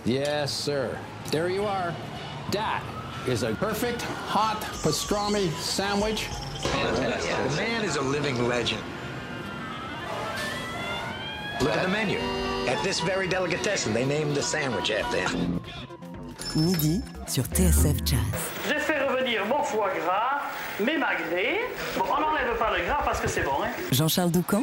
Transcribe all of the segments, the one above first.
Yes, sir. There you are. That is a perfect hot pastrami sandwich. Fantastic. The man is a living legend. Look at the menu. At this very delicatessen, they named the sandwich after him. Midi sur TSF Jazz. J'ai fait revenir mon foie gras, mes magrets. Bon, on n'enlève pas le gras parce que c'est bon, hein. Jean-Charles Doucan.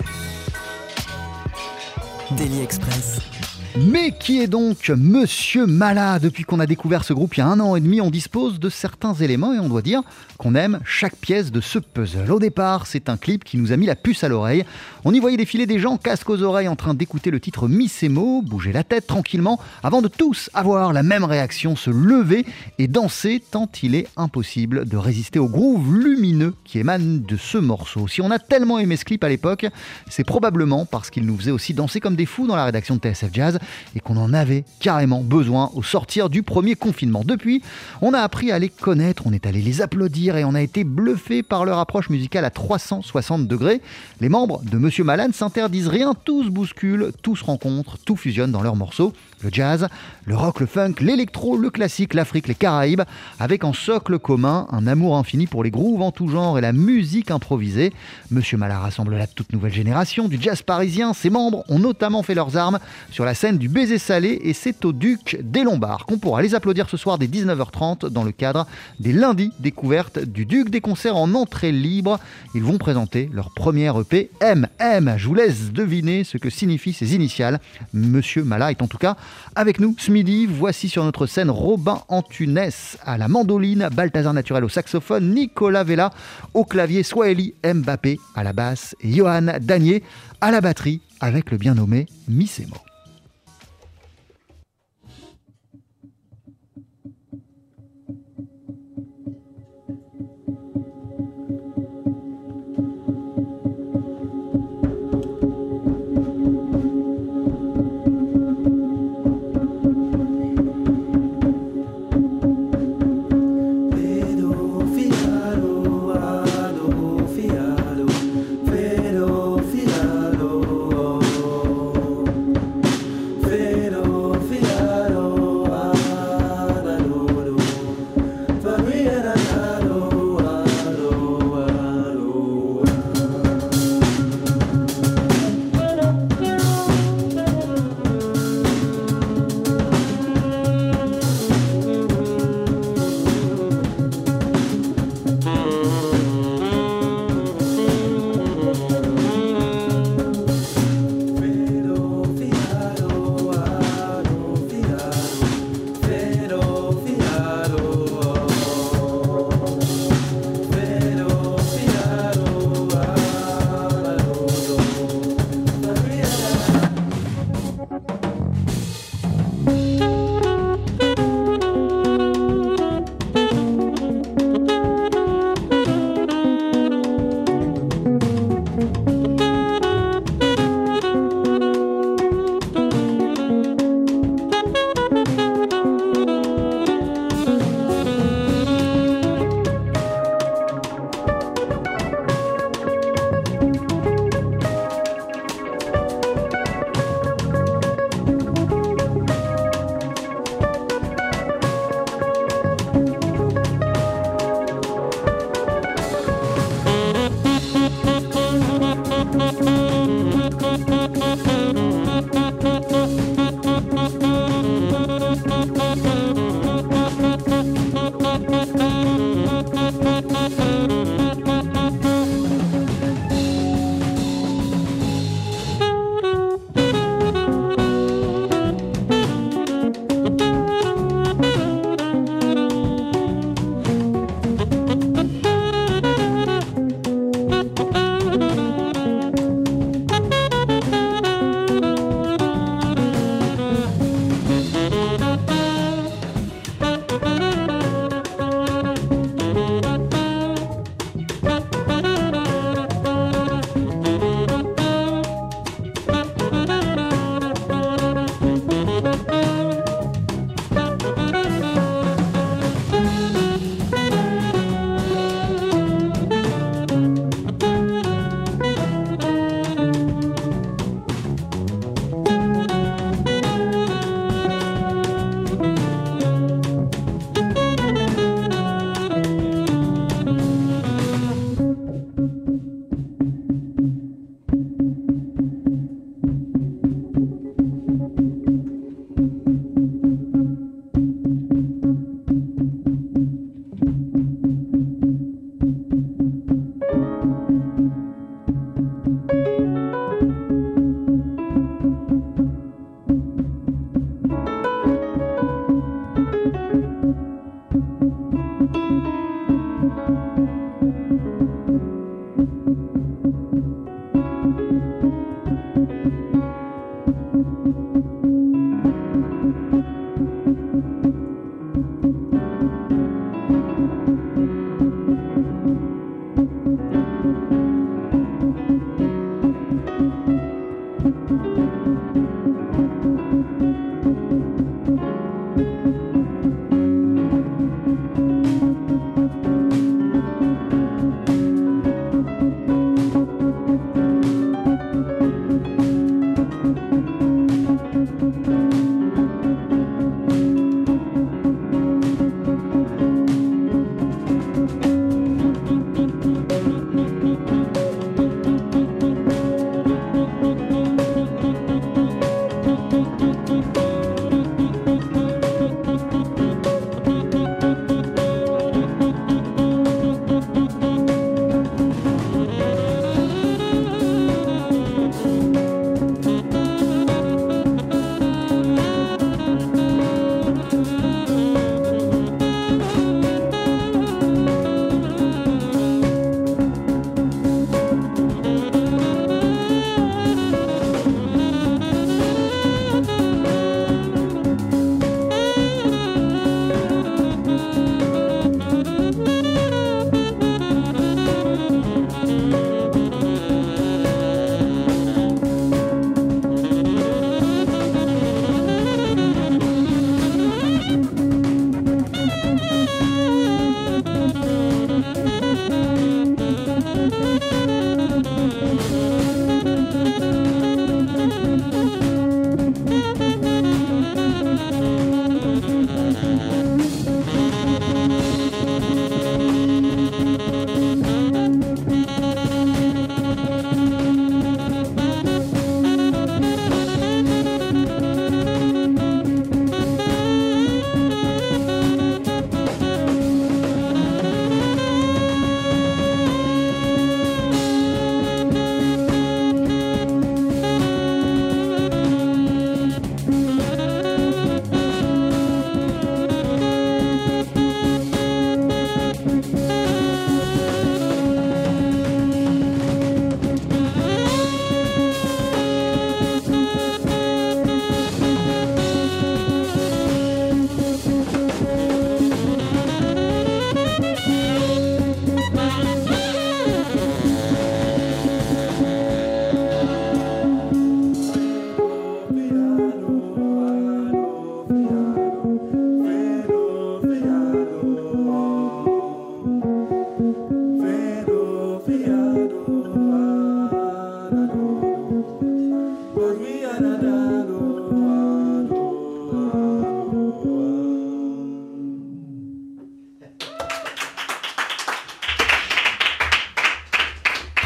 Daily Express. Mais qui est donc Monsieur Mala? Depuis qu'on a découvert ce groupe il y a 1 an et demi, on dispose de certains éléments et on doit dire qu'on aime chaque pièce de ce puzzle. Au départ, c'est un clip qui nous a mis la puce à l'oreille. On y voyait défiler des gens casque aux oreilles en train d'écouter le titre Missemo, bouger la tête tranquillement avant de tous avoir la même réaction, se lever et danser tant il est impossible de résister au groove lumineux qui émane de ce morceau. Si on a tellement aimé ce clip à l'époque, c'est probablement parce qu'il nous faisait aussi danser comme des fous dans la rédaction de TSF Jazz et qu'on en avait carrément besoin au sortir du premier confinement. Depuis, on a appris à les connaître, on est allé les applaudir et on a été bluffé par leur approche musicale à 360 degrés. Les membres de Monsieur Mala ne s'interdisent rien, tout se bouscule, tout se rencontre, tout fusionne dans leurs morceaux. Le jazz, le rock, le funk, l'électro, le classique, l'Afrique, les Caraïbes, avec en socle commun un amour infini pour les grooves en tout genre et la musique improvisée. Monsieur Mala rassemble la toute nouvelle génération du jazz parisien. Ses membres ont notamment fait leurs armes sur la scène du Baiser Salé et c'est au Duc des Lombards qu'on pourra les applaudir ce soir dès 19h30 dans le cadre des lundis découvertes du Duc, des concerts en entrée libre. Ils vont présenter leur première EP MM. Je vous laisse deviner ce que signifient ces initiales. Monsieur Mala est en tout cas avec nous ce midi. Voici sur notre scène Robin Antunes à la mandoline, Balthazar Naturel au saxophone, Nicolas Vella au clavier, Swahili Mbappé à la basse et Johan Danier à la batterie avec le bien nommé Missemo.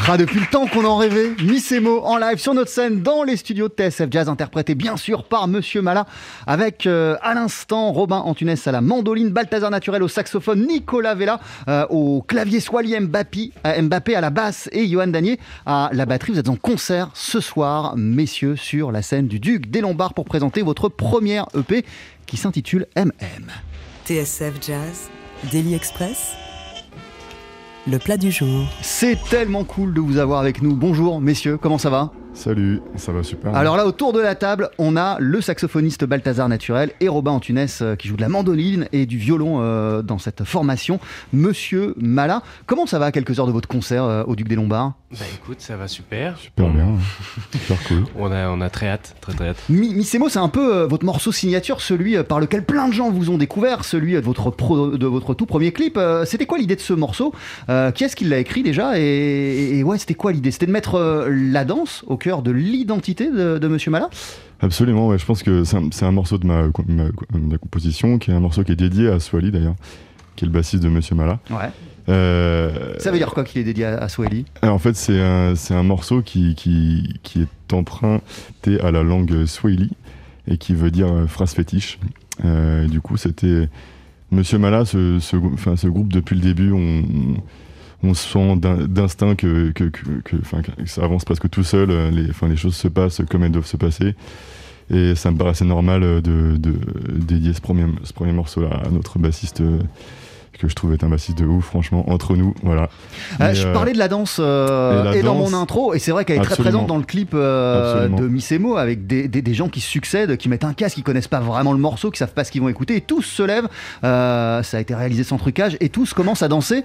Depuis le temps qu'on en rêvait, Missemo en live sur notre scène dans les studios de TSF Jazz, interprété bien sûr par Monsieur Mala, avec à l'instant Robin Antunes à la mandoline, Balthazar Naturel au saxophone, Nicolas Vella au clavier, Swally Mbappé à la basse et Johan Danier à la batterie. Vous êtes en concert ce soir, messieurs, sur la scène du Duc des Lombards pour présenter votre première EP qui s'intitule MM. TSF Jazz, Daily Express, le plat du jour. C'est tellement cool de vous avoir avec nous. Bonjour messieurs, comment ça va ? Salut, ça va super. Alors là, autour de la table, on a le saxophoniste Balthazar Naturel et Robin Antunes qui joue de la mandoline et du violon dans cette formation, Monsieur Mala. Comment ça va à quelques heures de votre concert au Duc des Lombards ? Bah écoute, ça va super. Super bien, super cool. On a très hâte, très hâte. Missemo, c'est un peu votre morceau signature, celui par lequel plein de gens vous ont découvert, celui de votre tout premier clip. C'était quoi l'idée de ce morceau ? Qui est-ce qui l'a écrit déjà ? Et ouais, c'était quoi l'idée ? C'était de mettre la danse au cœur de l'identité de Monsieur Mala ? Absolument, ouais, je pense que c'est un morceau de ma composition, qui est un morceau qui est dédié à Swally d'ailleurs, qui est le bassiste de Monsieur Mala. Ouais. Ça veut dire quoi qu'il est dédié à Swally ? En fait, c'est un morceau qui est emprunté à la langue Swahili et qui veut dire phrase fétiche. Du coup, c'était Monsieur Mala, ce groupe depuis le début, on sent d'instinct que ça avance presque tout seul, les choses se passent comme elles doivent se passer. Et ça me paraissait normal de dédier ce premier morceau-là à notre bassiste, que je trouve être un bassiste de ouf, franchement, entre nous, voilà. Je parlais de la danse dans mon intro, et c'est vrai qu'elle est très présente dans le clip de Missemo, avec des gens qui succèdent, qui mettent un casque, qui connaissent pas vraiment le morceau, qui savent pas ce qu'ils vont écouter, et tous se lèvent, ça a été réalisé sans trucage, et tous commencent à danser.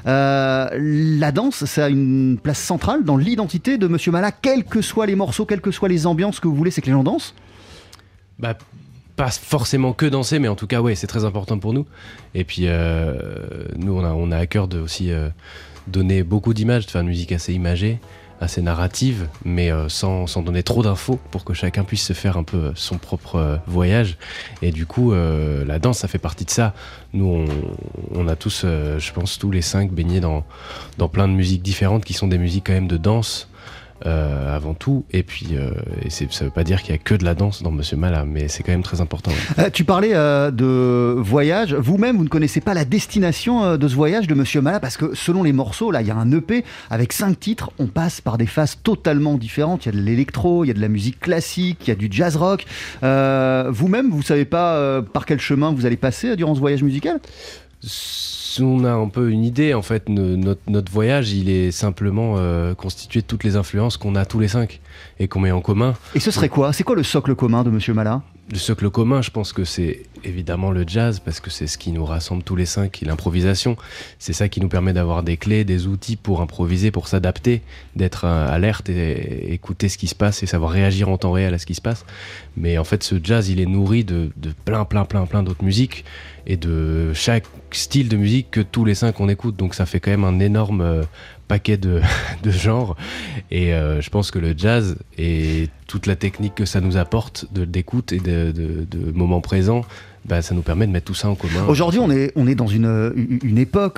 La danse, ça a une place centrale dans l'identité de Monsieur Mala, quels que soient les morceaux, quelles que soient les ambiances que vous voulez, c'est que les gens dansent ? Bah, pas forcément que danser, mais en tout cas, ouais, c'est très important pour nous. Et puis, nous, on a à cœur de aussi donner beaucoup d'images, de faire une musique assez imagée, assez narrative, mais sans donner trop d'infos pour que chacun puisse se faire un peu son propre voyage. Et du coup, la danse, ça fait partie de ça. Nous, on a tous, je pense, tous les 5 baignés dans plein de musiques différentes qui sont des musiques quand même de danse. Avant tout, et puis ça veut pas dire qu'il y a que de la danse dans Monsieur Mala, mais c'est quand même très important. Ouais. Tu parlais de voyage, vous-même vous ne connaissez pas la destination de ce voyage de Monsieur Mala, parce que selon les morceaux, là il y a un EP avec 5 titres, on passe par des phases totalement différentes, il y a de l'électro, il y a de la musique classique, il y a du jazz rock. Vous-même vous savez pas par quel chemin vous allez passer durant ce voyage musical ? On a un peu une idée, en fait, notre voyage, il est simplement constitué de toutes les influences qu'on a tous les 5 et qu'on met en commun. Et ce serait quoi ? C'est quoi le socle commun de Monsieur Mala ? Le socle commun, je pense que c'est évidemment le jazz, parce que c'est ce qui nous rassemble tous les 5, et l'improvisation. C'est ça qui nous permet d'avoir des clés, des outils pour improviser, pour s'adapter, d'être alerte et écouter ce qui se passe et savoir réagir en temps réel à ce qui se passe. Mais en fait, ce jazz, il est nourri de plein d'autres musiques et de chaque style de musique que tous les 5 on écoute. Donc ça fait quand même un énorme paquet de genres, et je pense que le jazz et toute la technique que ça nous apporte d'écoute et de moments présents, bah, ça nous permet de mettre tout ça en commun. Aujourd'hui, on est dans une époque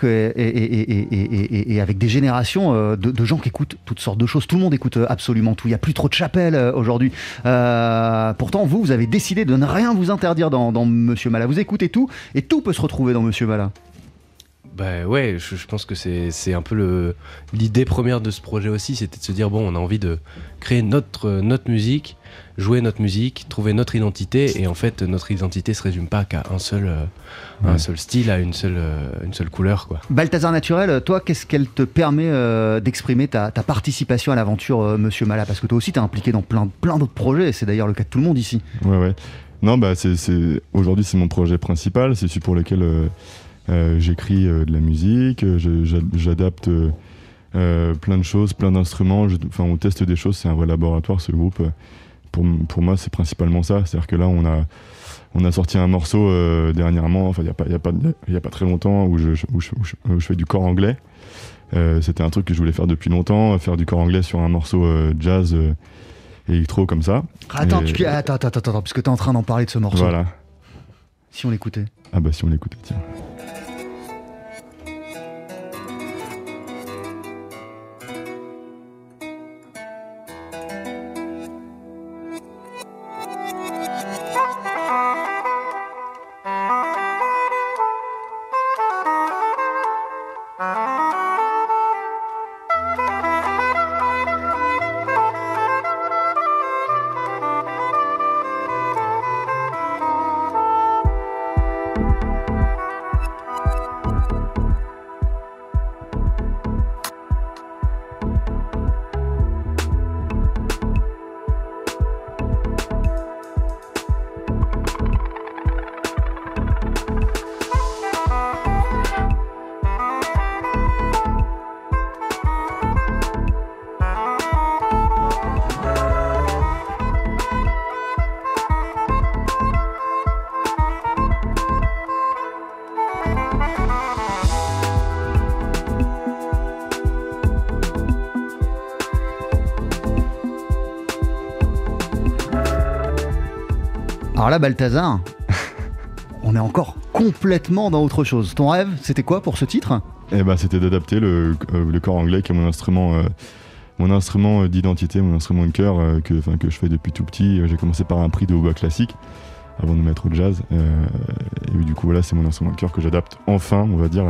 et avec des générations de gens qui écoutent toutes sortes de choses. Tout le monde écoute absolument tout. Il n'y a plus trop de chapelles aujourd'hui. Pourtant, vous avez décidé de ne rien vous interdire dans Monsieur Mala. Vous écoutez tout, et tout peut se retrouver dans Monsieur Mala. Bah ouais, je pense que c'est un peu l'idée première de ce projet aussi, c'était de se dire, bon, on a envie de créer notre musique, jouer notre musique, trouver notre identité, et en fait notre identité se résume pas qu'à un seul style, à une seule couleur, quoi. Balthazar Naturel, toi, qu'est-ce qu'elle te permet d'exprimer ta participation à l'aventure Monsieur Mala ? Parce que toi aussi t'es impliqué dans plein d'autres projets, et c'est d'ailleurs le cas de tout le monde ici. Ouais. Non, bah aujourd'hui c'est mon projet principal, c'est celui pour lequel j'écris de la musique, j'adapte plein de choses, plein d'instruments, on teste des choses, c'est un vrai laboratoire ce groupe. Pour moi c'est principalement ça, c'est-à-dire que là on a sorti un morceau dernièrement, il y a pas très longtemps, où je fais du cor anglais. C'était un truc que je voulais faire depuis longtemps, faire du cor anglais sur un morceau jazz électro comme ça. Attends, puisque t'es en train d'en parler de ce morceau. Voilà. Si on l'écoutait. Ah bah si on l'écoutait, tiens. Alors là, Balthazar, on est encore complètement dans autre chose. Ton rêve, c'était quoi pour ce titre ? Eh ben, c'était d'adapter le cor anglais, qui est mon instrument d'identité, mon instrument de cœur que je fais depuis tout petit. J'ai commencé par un prix de hautbois classique avant de me mettre au jazz. Et du coup, voilà, c'est mon instrument de cœur que j'adapte enfin, on va dire,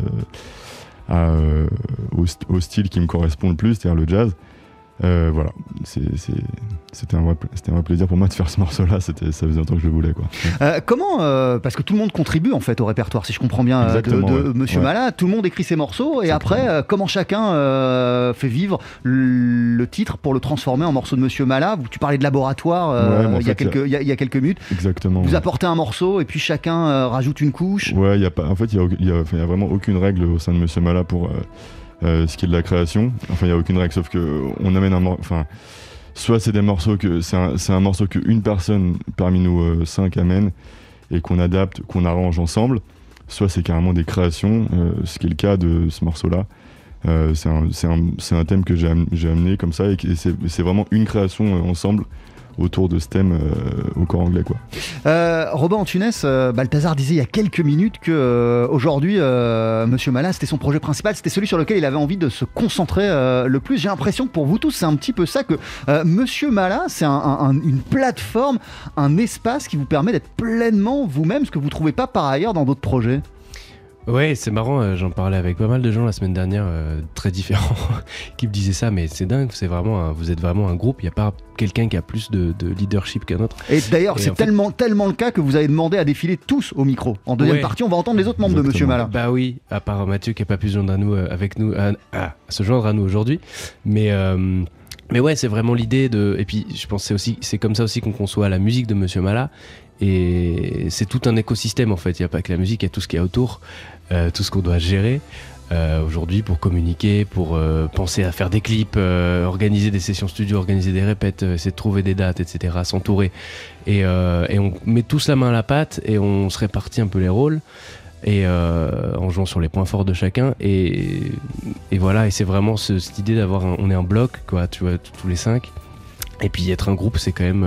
au style qui me correspond le plus, c'est-à-dire le jazz. Voilà, c'était un vrai plaisir pour moi de faire ce morceau-là. Ça faisait longtemps que je le voulais, quoi. Comment parce que tout le monde contribue en fait au répertoire, si je comprends bien, de Monsieur Malat. Tout le monde écrit ses morceaux et après, comment chacun fait vivre le titre pour le transformer en morceau de Monsieur Malat. Tu parlais de laboratoire il y a quelques minutes. Exactement. Vous apportez un morceau et puis chacun rajoute une couche. Ouais, il y a vraiment aucune règle au sein de Monsieur Malat pour ce qui est de la création. Enfin, il n'y a aucune règle, sauf qu'on amène soit c'est des morceaux c'est un morceau qu'une personne parmi nous 5 amène et qu'on adapte, qu'on arrange ensemble, soit c'est carrément des créations, ce qui est le cas de ce morceau-là. C'est un thème que j'ai amené comme ça et c'est vraiment une création ensemble autour de ce thème au cor anglais, quoi. Robin Antunes, Balthazar disait il y a quelques minutes que aujourd'hui Monsieur Malat, c'était son projet principal, c'était celui sur lequel il avait envie de se concentrer le plus. J'ai l'impression que pour vous tous c'est un petit peu ça, que Monsieur Malat, c'est une plateforme, un espace qui vous permet d'être pleinement vous-même, ce que vous ne trouvez pas par ailleurs dans d'autres projets. Ouais, c'est marrant, j'en parlais avec pas mal de gens la semaine dernière, très différents, qui me disaient ça, mais c'est dingue, vous êtes vraiment un groupe, il n'y a pas quelqu'un qui a plus de leadership qu'un autre. Et d'ailleurs, c'est tellement le cas que vous avez demandé à défiler tous au micro. En deuxième partie, on va entendre les autres membres de Monsieur Malat. Bah oui, à part Mathieu qui n'a pas pu se joindre à nous aujourd'hui, mais ouais, c'est vraiment l'idée de... Et puis, je pense que c'est comme ça aussi qu'on conçoit la musique de Monsieur Malat. Et c'est tout un écosystème, en fait. Il n'y a pas que la musique, il y a tout ce qu'il y a autour, tout ce qu'on doit gérer aujourd'hui pour communiquer, pour penser à faire des clips, organiser des sessions studio, organiser des répètes, essayer de trouver des dates, etc., s'entourer. Et on met tous la main à la pâte et on se répartit un peu les rôles. Et en jouant sur les points forts de chacun et voilà, et c'est vraiment cette idée d'avoir on est un bloc, quoi, tu vois, tous les 5, et puis être un groupe, c'est quand même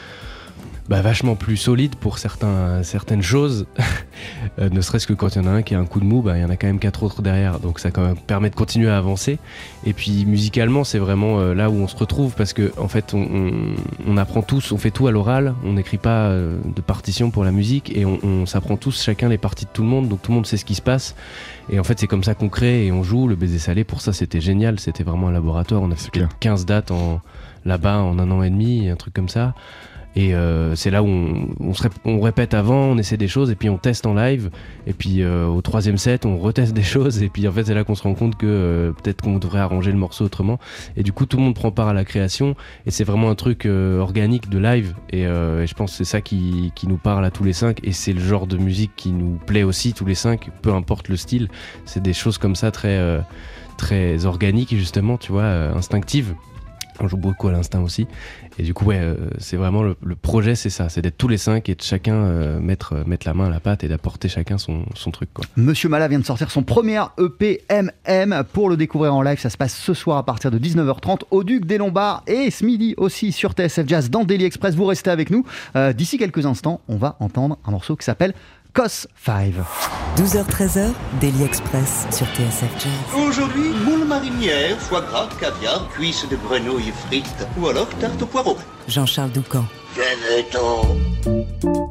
vachement plus solide pour certaines choses. Ne serait-ce que quand il y en a un qui a un coup de mou, il y en a quand même 4 autres derrière, donc ça quand même permet de continuer à avancer. Et puis musicalement, c'est vraiment là où on se retrouve, parce que en fait on apprend tous, on fait tout à l'oral, on n'écrit pas de partition pour la musique, et on s'apprend tous chacun les parties de tout le monde, donc tout le monde sait ce qui se passe, et en fait c'est comme ça qu'on crée et on joue. Le Baiser Salé, pour ça c'était génial, c'était vraiment un laboratoire, on a fait 15 dates là-bas en 1 an et demi, un truc comme ça. Et c'est là où on répète avant, on essaie des choses et puis on teste en live, et puis au 3e set on reteste des choses, et puis en fait c'est là qu'on se rend compte que peut-être qu'on devrait arranger le morceau autrement, et du coup tout le monde prend part à la création, et c'est vraiment un truc organique de live, et je pense que c'est ça qui nous parle à tous les 5, et c'est le genre de musique qui nous plaît aussi tous les 5, peu importe le style. C'est des choses comme ça très, très organiques, justement, tu vois, instinctives. On joue beaucoup à l'instinct aussi, et du coup c'est vraiment le projet, c'est ça, c'est d'être tous les 5 et de chacun mettre la main à la pâte et d'apporter chacun son truc, quoi. Monsieur Malat vient de sortir son premier EP MM. Pour le découvrir en live, ça se passe ce soir à partir de 19h30 au Duc des Lombards, et ce midi aussi sur TSF Jazz dans Daily Express. Vous restez avec nous, d'ici quelques instants on va entendre un morceau qui s'appelle COS 5. 12h-13h, Daily Express sur TSF Jazz. Aujourd'hui, moule marinière, foie gras, caviar, cuisses de grenouille frites ou alors tarte au poireau. Jean-Charles Doucan. Venez-t'en.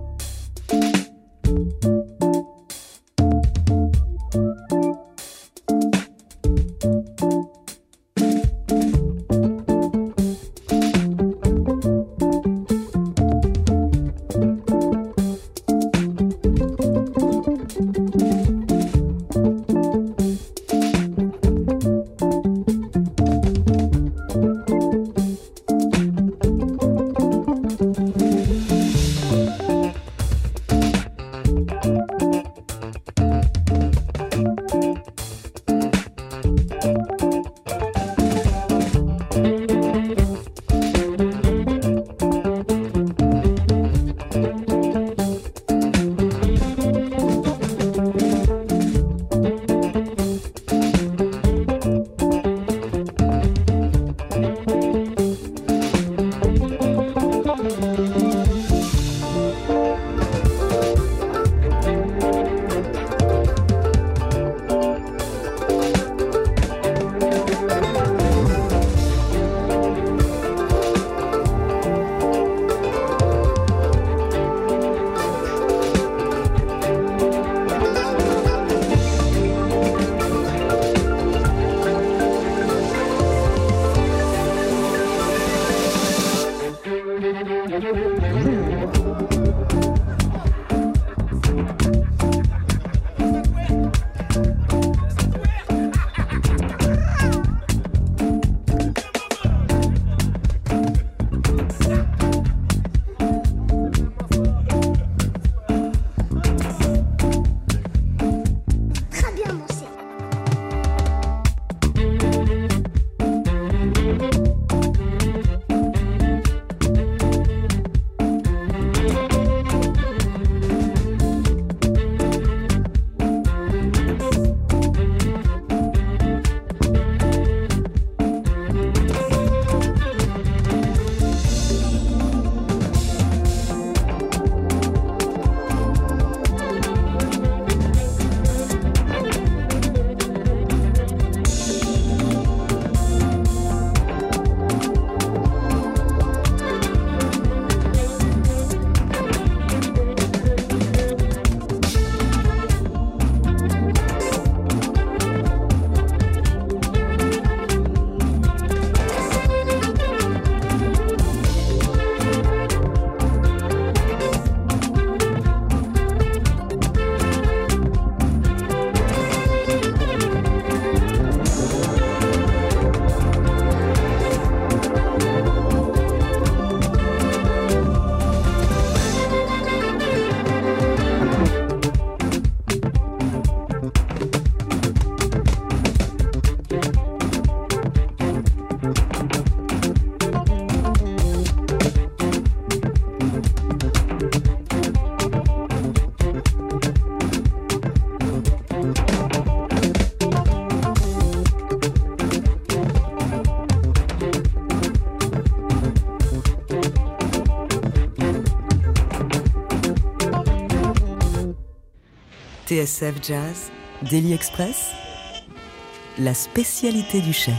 TSF Jazz, Daily Express, la spécialité du chef.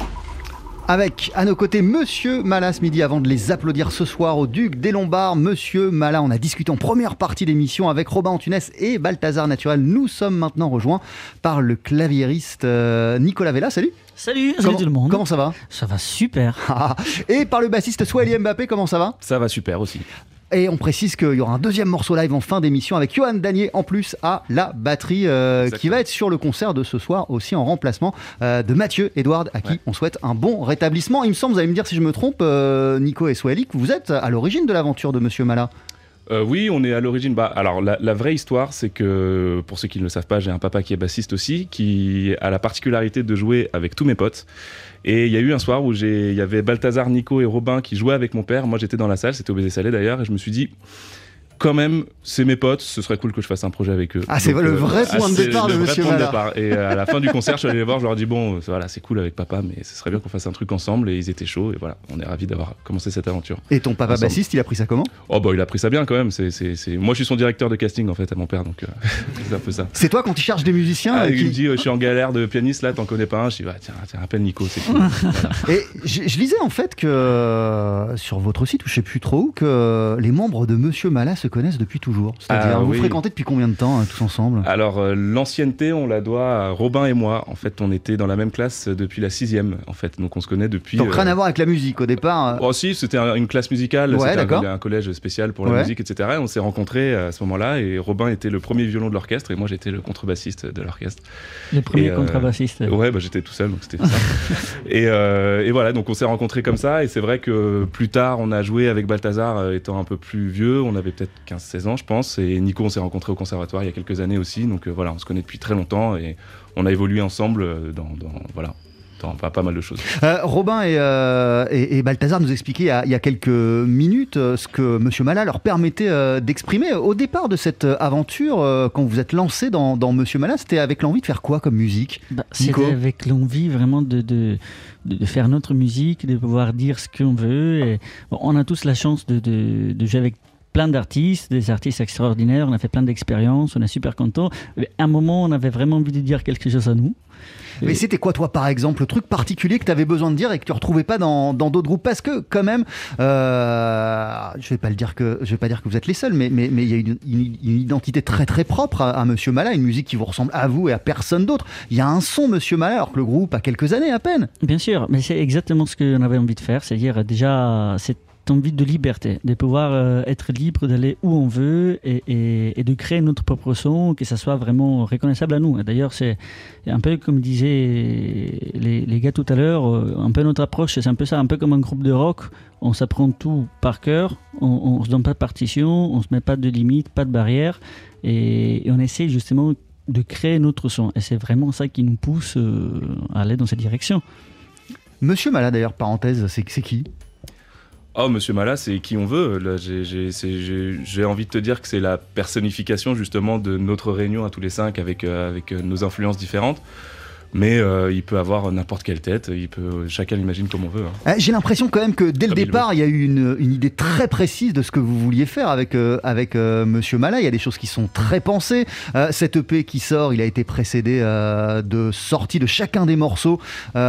Avec à nos côtés Monsieur Mala ce midi, avant de les applaudir ce soir au Duc des Lombards. Monsieur Mala, on a discuté en première partie d'émission avec Robin Antunes et Balthazar Naturel. Nous sommes maintenant rejoints par le claviériste Nicolas Vella. Salut. Salut tout le monde. Comment ça va? Ça va super. Et par le bassiste Swahili Mbappé, comment ça va? Ça va super aussi. Et on précise qu'il y aura un deuxième morceau live en fin d'émission avec Johan Danier en plus à la batterie qui va être sur le concert de ce soir aussi en remplacement de Mathieu Edouard à qui on souhaite un bon rétablissement. Il me semble, vous allez me dire si je me trompe, Nico et Swahili, que vous êtes à l'origine de l'aventure de Monsieur Mala. Oui, on est à l'origine. Alors, la vraie histoire, c'est que, pour ceux qui ne le savent pas, j'ai un papa qui est bassiste aussi, qui a la particularité de jouer avec tous mes potes. Et il y a eu un soir où il y avait Balthazar, Nico et Robin qui jouaient avec mon père. Moi, j'étais dans la salle, c'était au Baiser Salé d'ailleurs, et je me suis dit, quand même, c'est mes potes, ce serait cool que je fasse un projet avec eux. Ah, c'est le vrai point de départ de Monsieur Mala. Et à la fin du concert, je suis allé les voir, je leur ai dit, bon, voilà, c'est cool avec papa, mais ce serait bien qu'on fasse un truc ensemble. Et ils étaient chauds, et voilà, on est ravis d'avoir commencé cette aventure. Et ton papa bassiste, il a pris ça comment? Oh, bah, il a pris ça bien quand même. Moi, je suis son directeur de casting en fait, à mon père, donc c'est un peu ça. C'est toi quand il cherche des musiciens Il me dit, je suis en galère de pianiste là, t'en connais pas un? Je dis, bah, tiens, appelle Nico, c'est cool. Voilà. Et je lisais en fait que sur votre site, ou je sais plus trop où, que les membres de Monsieur Mala se connaissent depuis toujours. C'est-à-dire, vous fréquentez depuis combien de temps tous ensemble? Alors, l'ancienneté, on la doit à Robin et moi. En fait, on était dans la même classe depuis la 6e, en fait. Donc, on se connaît depuis... Donc, rien à voir avec la musique, au départ Oh si, c'était une classe musicale. Ouais, c'était d'accord. un collège spécial pour la musique, etc. Et on s'est rencontrés à ce moment-là. Et Robin était le premier violon de l'orchestre et moi, j'étais le contrebassiste de l'orchestre. Le premier contrebassiste. Ouais, bah, j'étais tout seul, donc c'était ça. et voilà, donc on s'est rencontrés comme ça. Et c'est vrai que plus tard, on a joué avec Balthazar étant un peu plus vieux. On avait peut-être 15-16 ans, je pense. Et Nico, on s'est rencontrés au conservatoire il y a quelques années aussi, donc voilà, on se connaît depuis très longtemps et on a évolué ensemble dans pas mal de choses. Robin et Balthazar nous expliquaient il y a quelques minutes ce que Monsieur Mala leur permettait d'exprimer. Au départ de cette aventure, quand vous êtes lancé dans Monsieur Mala, c'était avec l'envie de faire quoi comme musique? C'était avec l'envie vraiment de faire notre musique, de pouvoir dire ce qu'on veut. Et, on a tous la chance de jouer avec plein d'artistes, des artistes extraordinaires, on a fait plein d'expériences, on est super contents. À un moment, on avait vraiment envie de dire quelque chose à nous. Mais c'était quoi, toi, par exemple, le truc particulier que tu avais besoin de dire et que tu ne retrouvais pas dans d'autres groupes? Parce que, quand même, je vais pas dire que vous êtes les seuls, mais il y a une identité très très propre à Monsieur Mala, une musique qui vous ressemble à vous et à personne d'autre. Il y a un son Monsieur Mala, alors que le groupe a quelques années à peine. Bien sûr, mais c'est exactement ce qu'on avait envie de faire, c'est-à-dire déjà cette envie de liberté, de pouvoir être libre d'aller où on veut et de créer notre propre son, que ça soit vraiment reconnaissable à nous. Et d'ailleurs, c'est un peu comme disaient les gars tout à l'heure, un peu notre approche, c'est un peu ça, un peu comme un groupe de rock. On s'apprend tout par cœur, on se donne pas de partition, on se met pas de limites, pas de barrières, et on essaie justement de créer notre son. Et c'est vraiment ça qui nous pousse à aller dans cette direction. Monsieur Mala, d'ailleurs, parenthèse, c'est qui? Oh, Monsieur Mala, c'est qui on veut. Là, j'ai envie de te dire que c'est la personnification justement de notre réunion à tous les 5 avec nos influences différentes. Mais il peut avoir n'importe quelle tête, chacun l'imagine comme on veut. Hein. J'ai l'impression quand même que dès le départ, il y a eu une idée très précise de ce que vous vouliez faire avec Monsieur Mala. Il y a des choses qui sont très pensées. Cet EP qui sort, il a été précédé de sorties de chacun des morceaux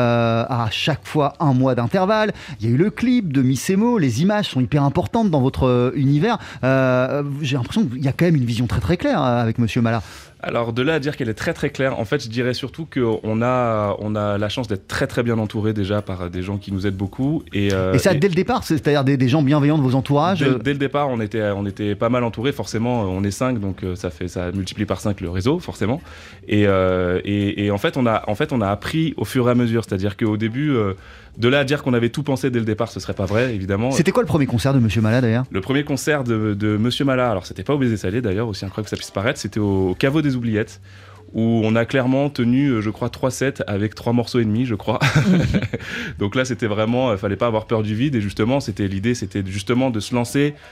à chaque fois un mois d'intervalle. Il y a eu le clip de Missemo, les images sont hyper importantes dans votre univers. J'ai l'impression qu'il y a quand même une vision très très claire avec Monsieur Mala. Alors de là à dire qu'elle est très très claire, en fait je dirais surtout qu'on a la chance d'être très très bien entouré déjà par des gens qui nous aident beaucoup. Et ça dès le départ, c'est-à-dire des gens bienveillants de vos entourages? Dès le départ on était pas mal entourés, forcément on est 5 donc ça multiplie par 5 le réseau forcément. Et en fait on a appris au fur et à mesure, c'est-à-dire qu'au début... De là à dire qu'on avait tout pensé dès le départ, ce serait pas vrai, évidemment. C'était quoi le premier concert de Monsieur Mala, d'ailleurs? Le premier concert de Monsieur Mala, alors c'était pas au Baiser Salé, d'ailleurs, aussi incroyable que ça puisse paraître, c'était au Caveau des Oubliettes, où on a clairement tenu, je crois, 3 sets avec 3 morceaux et demi, je crois. Donc là, c'était vraiment, fallait pas avoir peur du vide, et justement, l'idée, c'était justement de se lancer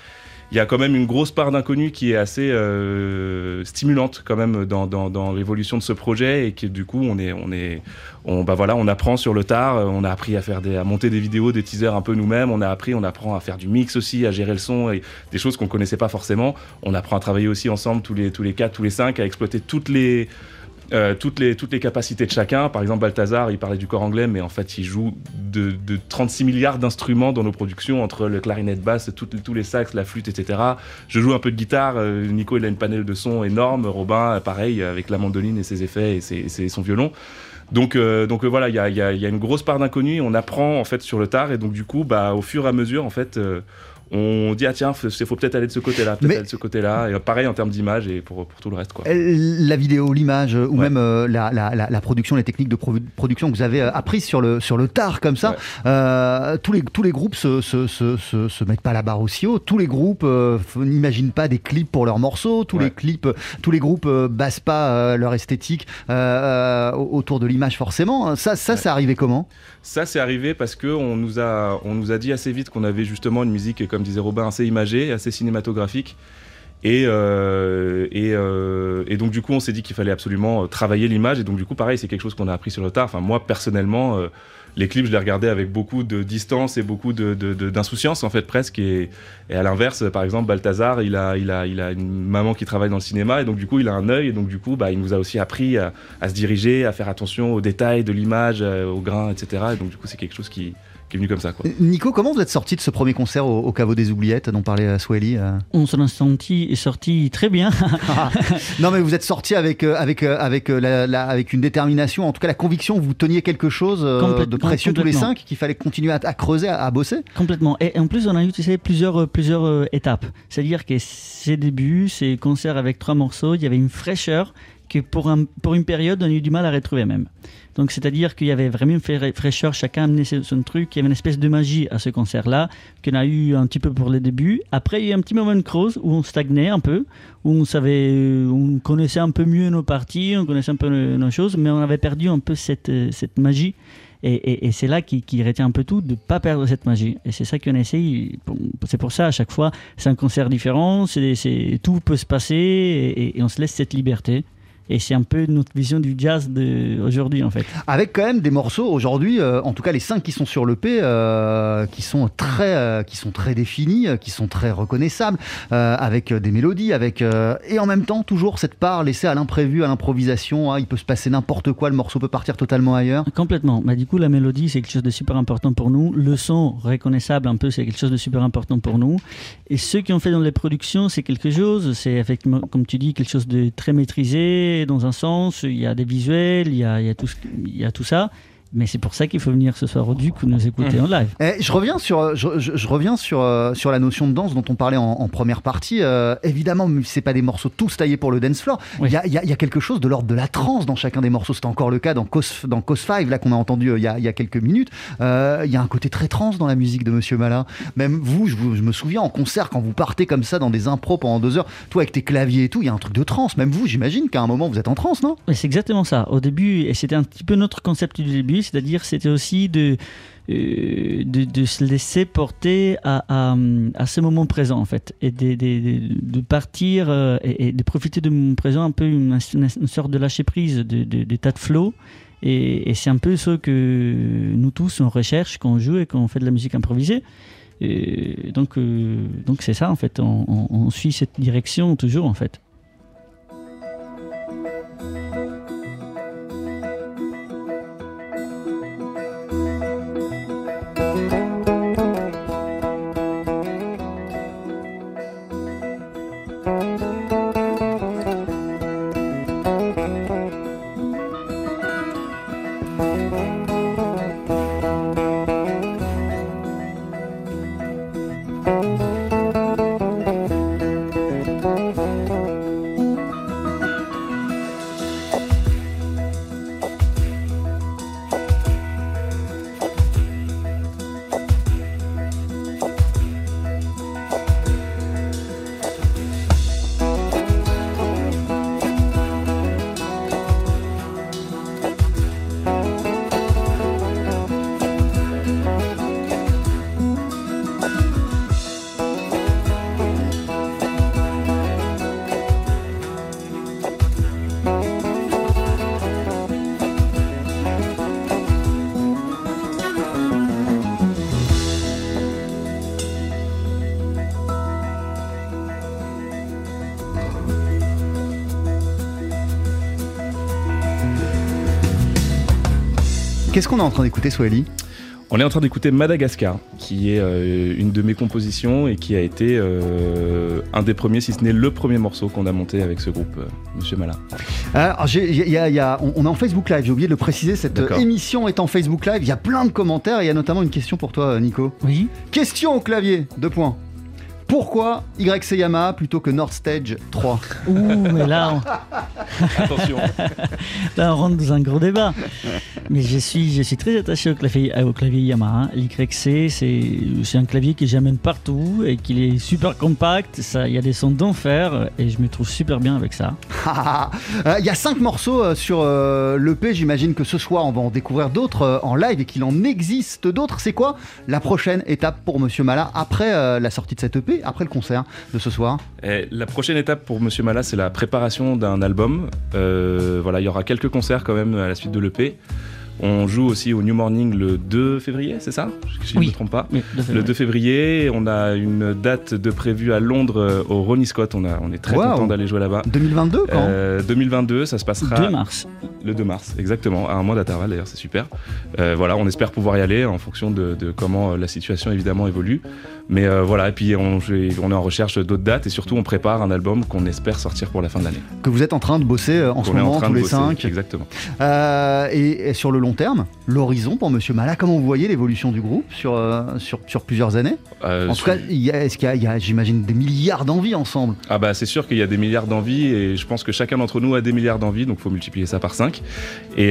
il y a quand même une grosse part d'inconnu qui est assez stimulante quand même dans l'évolution de ce projet, et que du coup on apprend sur le tard. On a appris à monter des vidéos, des teasers un peu nous-mêmes. On apprend à faire du mix aussi, à gérer le son, et des choses qu'on connaissait pas forcément. On apprend à travailler aussi ensemble tous les 4, tous les 5, à exploiter toutes les capacités de chacun. Par exemple, Balthazar, il parlait du corps anglais, mais en fait, il joue de 36 milliards d'instruments dans nos productions, entre le clarinette basse, tous les sax, la flûte, etc. Je joue un peu de guitare. Nico, il a une panel de son énorme. Robin, pareil, avec la mandoline et ses effets et son violon. Donc voilà, il y a une grosse part d'inconnu. On apprend en fait sur le tard, et donc du coup, au fur et à mesure, en fait, on dit tiens, il faut peut-être aller de ce côté-là, aller de ce côté-là. Et pareil en termes d'image et pour tout le reste, quoi. La vidéo, l'image, ou même la production, les techniques de production que vous avez apprises sur le tard comme ça. Tous les groupes se mettent pas la barre aussi haut. Tous les groupes n'imaginent pas des clips pour leurs morceaux. Tous les groupes basent pas leur esthétique autour de l'image forcément. Ça c'est arrivé comment ? Ça, c'est arrivé parce que on nous a dit assez vite qu'on avait justement une musique, comme disait Robin, assez imagée, assez cinématographique. Et donc du coup, on s'est dit qu'il fallait absolument travailler l'image. Et donc du coup, pareil, c'est quelque chose qu'on a appris sur le tard. Enfin, moi, personnellement, les clips, je les regardais avec beaucoup de distance et beaucoup d'insouciance, en fait, presque. Et à l'inverse, par exemple, Balthazar, il a une maman qui travaille dans le cinéma, et donc du coup, il a un œil. Et donc du coup, il nous a aussi appris à se diriger, à faire attention aux détails de l'image, aux grains, etc. Et donc du coup, c'est quelque chose qui est venu comme ça, quoi. Nico, comment vous êtes sorti de ce premier concert au Caveau des Oubliettes dont parlait Swahili On s'en est sorti très bien. Non, mais vous êtes sorti avec une détermination, en tout cas la conviction que vous teniez quelque chose de précieux tous les 5, qu'il fallait continuer à creuser, à bosser. Complètement. Et en plus, on a utilisé plusieurs étapes. C'est-à-dire que ces débuts, ces concerts avec 3 morceaux, il y avait une fraîcheur que pour une période, on a eu du mal à retrouver même. Donc, c'est-à-dire qu'il y avait vraiment une fraîcheur, chacun amenait son truc, il y avait une espèce de magie à ce concert-là, qu'on a eu un petit peu pour les débuts. Après, il y a eu un petit moment de creuse où on stagnait un peu, où on connaissait un peu mieux nos parties, on connaissait un peu nos choses, mais on avait perdu un peu cette magie. Et c'est là qui retient un peu tout, de ne pas perdre cette magie. Et c'est ça qu'on essaye. C'est pour ça, à chaque fois, c'est un concert différent, tout peut se passer, et on se laisse cette liberté. Et c'est un peu notre vision du jazz d'aujourd'hui, en fait. Avec quand même des morceaux aujourd'hui, en tout cas les 5 qui sont sur l'EP, qui sont très définis, qui sont très reconnaissables, avec des mélodies, et en même temps toujours cette part laissée à l'imprévu, à l'improvisation. Il peut se passer n'importe quoi, le morceau peut partir totalement ailleurs. Complètement. Du coup, la mélodie, c'est quelque chose de super important pour nous. Le son reconnaissable un peu, c'est quelque chose de super important pour nous. Et ceux qui ont fait dans les productions, c'est quelque chose, c'est effectivement, comme tu dis, quelque chose de très maîtrisé. Dans un sens, il y a des visuels, il y a tout ça. Mais c'est pour ça qu'il faut venir ce soir au Duc ou nous écouter en live. Je reviens sur la notion de danse dont on parlait en première partie. Évidemment, c'est pas des morceaux tous taillés pour le dance floor. Il y a quelque chose de l'ordre de la trance dans chacun des morceaux. C'était encore le cas dans Cause 5, là qu'on a entendu il y a quelques minutes. Il y a un côté très trance dans la musique de Monsieur Mala. Même vous, je me souviens en concert quand vous partez comme ça dans des impros pendant 2 heures, toi avec tes claviers et tout, il y a un truc de trance. Même vous, j'imagine qu'à un moment vous êtes en trance, non ? C'est exactement ça. Au début, et c'était un petit peu notre concept du début. C'est-à-dire c'était aussi de se laisser porter à ce moment présent en fait, et de partir et de profiter de mon présent, un peu une sorte de lâcher prise, d'état de flow, et c'est un peu ce que nous tous on recherche quand on joue et quand on fait de la musique improvisée. Et donc c'est ça en fait, on suit cette direction toujours en fait. Qu'est-ce qu'on est en train d'écouter, Swahili ? On est en train d'écouter Madagascar, qui est une de mes compositions et qui a été un des premiers, si ce n'est le premier morceau qu'on a monté avec ce groupe, Monsieur Mala. Alors, on est en Facebook Live, j'ai oublié de le préciser, cette émission est en Facebook Live, il y a plein de commentaires et il y a notamment une question pour toi, Nico. Oui. Question au clavier, 2 points. Pourquoi YC Yamaha plutôt que North Stage 3 ? Ouh, mais là, Attention. là, on rentre dans un gros débat. Mais je suis très attaché au clavier Yamaha. L'YC, c'est un clavier que j'amène partout et qu'il est super compact. Il y a des sons d'enfer et je me trouve super bien avec ça. Il y a 5 morceaux sur l'EP. J'imagine que ce soir, on va en découvrir d'autres en live et qu'il en existe d'autres. C'est quoi la prochaine étape pour Monsieur Mala après la sortie de cette EP, après le concert de ce soir ? La prochaine étape pour Monsieur Mala, c'est la préparation d'un album. Voilà, il y aura quelques concerts quand même à la suite de l'EP. On joue aussi au New Morning le 2 février, c'est ça ? Si je ne me trompe pas. Oui, le 2 février, on a une date de prévue à Londres au Ronnie Scott. On est très content d'aller jouer là-bas. 2022 quand 2022, ça se passera... 2 mars. Le 2 mars, exactement, à un mois d'intervalle d'ailleurs, c'est super. Voilà, on espère pouvoir y aller en fonction de comment la situation évidemment évolue. Mais voilà, et puis on est en recherche d'autres dates et surtout on prépare un album qu'on espère sortir pour la fin de l'année. Que vous êtes en train de bosser en ce moment, tous les 5. Exactement. Et sur le long terme, l'horizon pour Monsieur Mala, comment vous voyez l'évolution du groupe sur plusieurs années ? En tout cas, est-ce qu'il y a, j'imagine, des milliards d'envies ensemble ? Ah bah c'est sûr qu'il y a des milliards d'envies et je pense que chacun d'entre nous a des milliards d'envies, donc il faut multiplier ça par 5. Et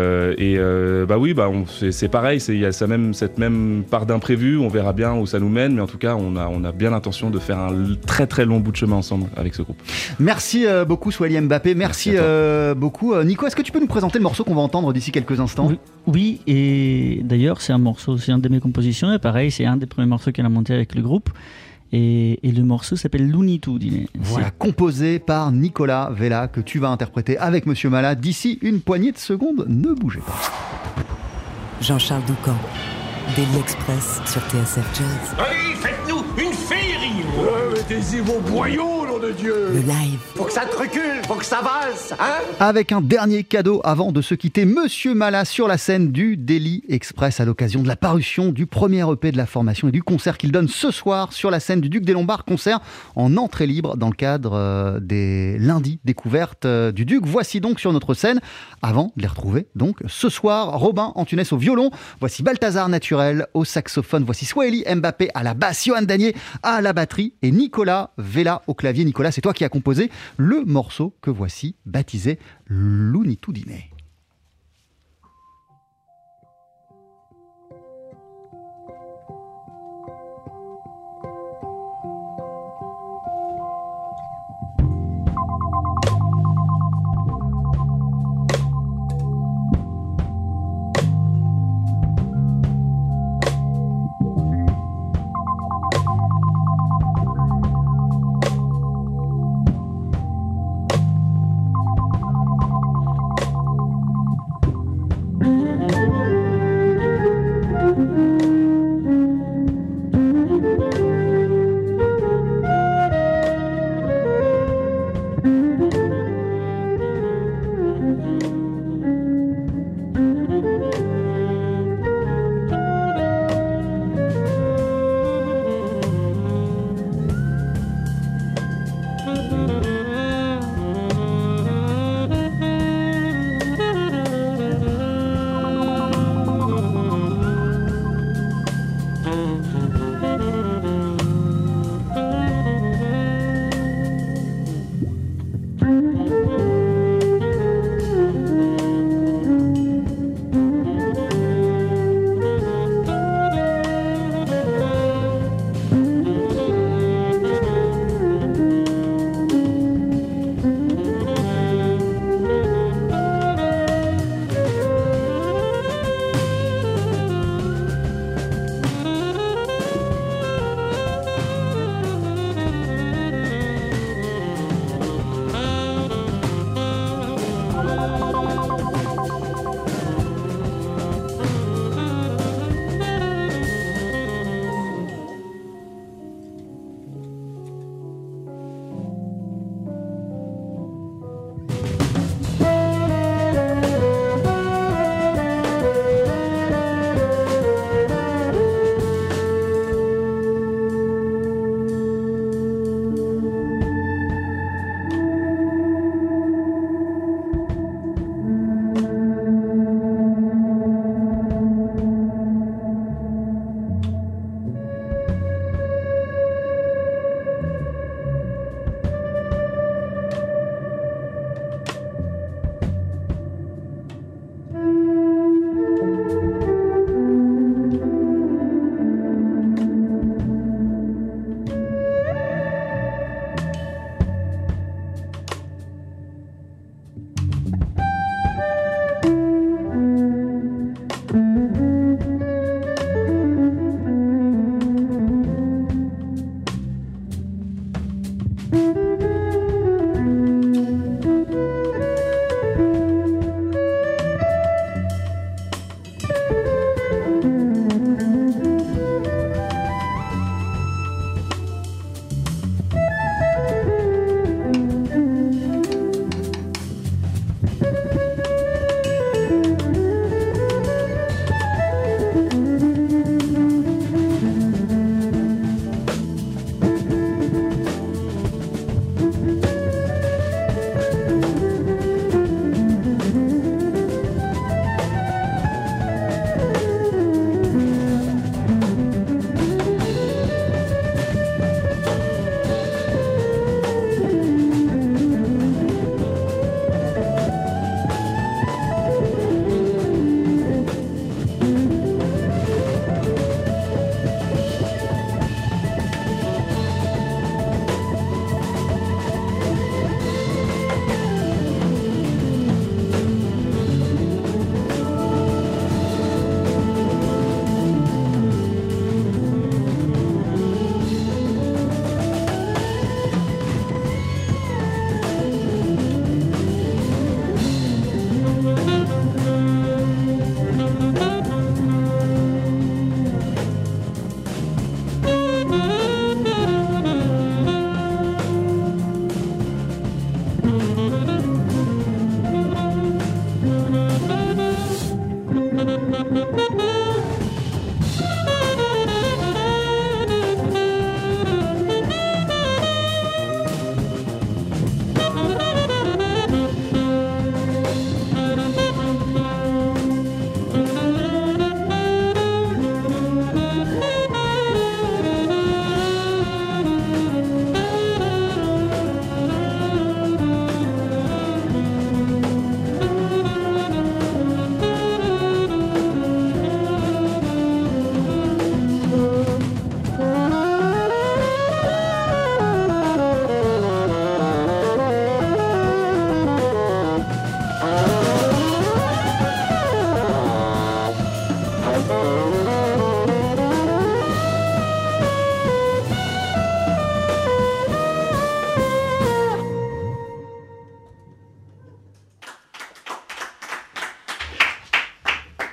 bah oui, c'est pareil, il y a cette même part d'imprévu, on verra bien où ça nous mène, mais en tout cas, on a bien l'intention de faire un très très long bout de chemin ensemble avec ce groupe. Merci beaucoup Swahili Mbappé, merci beaucoup. Nico, est-ce que tu peux nous présenter le morceau qu'on va entendre d'ici quelques instants ? Oui, et d'ailleurs c'est un de mes compositions, et pareil, c'est un des premiers morceaux qu'elle a monté avec le groupe. Et le morceau s'appelle L'Unitudine. Voilà, composé par Nicolas Vella, que tu vas interpréter avec Monsieur Mala d'ici une poignée de secondes. Ne bougez pas. Jean-Charles Doucan, Daily Express sur TSF Jazz. Allez, faites-nous une féerie. Mettez-y vos boyaux, nom de Dieu. Le live. Faut que ça te recule, faut que ça valse, hein. Avec un dernier cadeau avant de se quitter, Monsieur Mala sur la scène du Daily Express à l'occasion de la parution du premier EP de la formation et du concert qu'il donne ce soir sur la scène du Duc des Lombards, concert en entrée libre dans le cadre des lundis découvertes du Duc. Voici donc sur notre scène, avant de les retrouver donc ce soir, Robin Antunes au violon, voici Balthazar Naturel au saxophone, voici Swahili Mbappé à la basse, Johan Danier à la batterie et Nicolas Vella au clavier. Nicolas, c'est toi qui as composé le morceau que voici baptisé L'Unitudine.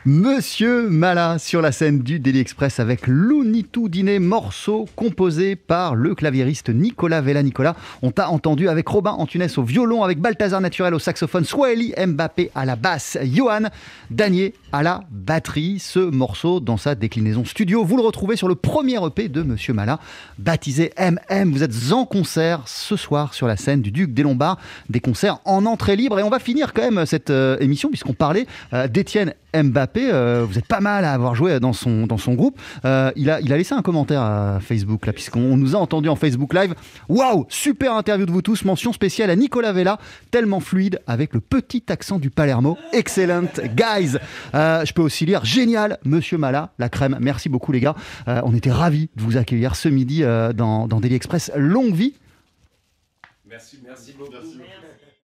Monsieur Mala sur la scène du Daily Express avec l'Unitudine, morceau composé par le claviériste Nicolas Vella-Nicolas. On t'a entendu avec Robin Antunes au violon, avec Balthazar Naturel au saxophone, Swahili Mbappé à la basse, Johan Danier à la batterie. Ce morceau, dans sa déclinaison studio, vous le retrouvez sur le premier EP de Monsieur Mala, baptisé MM. Vous êtes en concert ce soir sur la scène du Duc des Lombards, des concerts en entrée libre. Et on va finir quand même cette émission, puisqu'on parlait d'Étienne Mbappé. Vous êtes pas mal à avoir joué dans son groupe. Il a laissé un commentaire à Facebook, là, puisqu'on nous a entendu en Facebook Live. Waouh, super interview de vous tous. Mention spéciale à Nicolas Vella, tellement fluide avec le petit accent du Palermo. Excellent, guys. Je peux aussi lire génial, Monsieur Mala, la crème. Merci beaucoup, les gars. On était ravis de vous accueillir ce midi dans Daily Express. Longue vie. Merci beaucoup. Merci.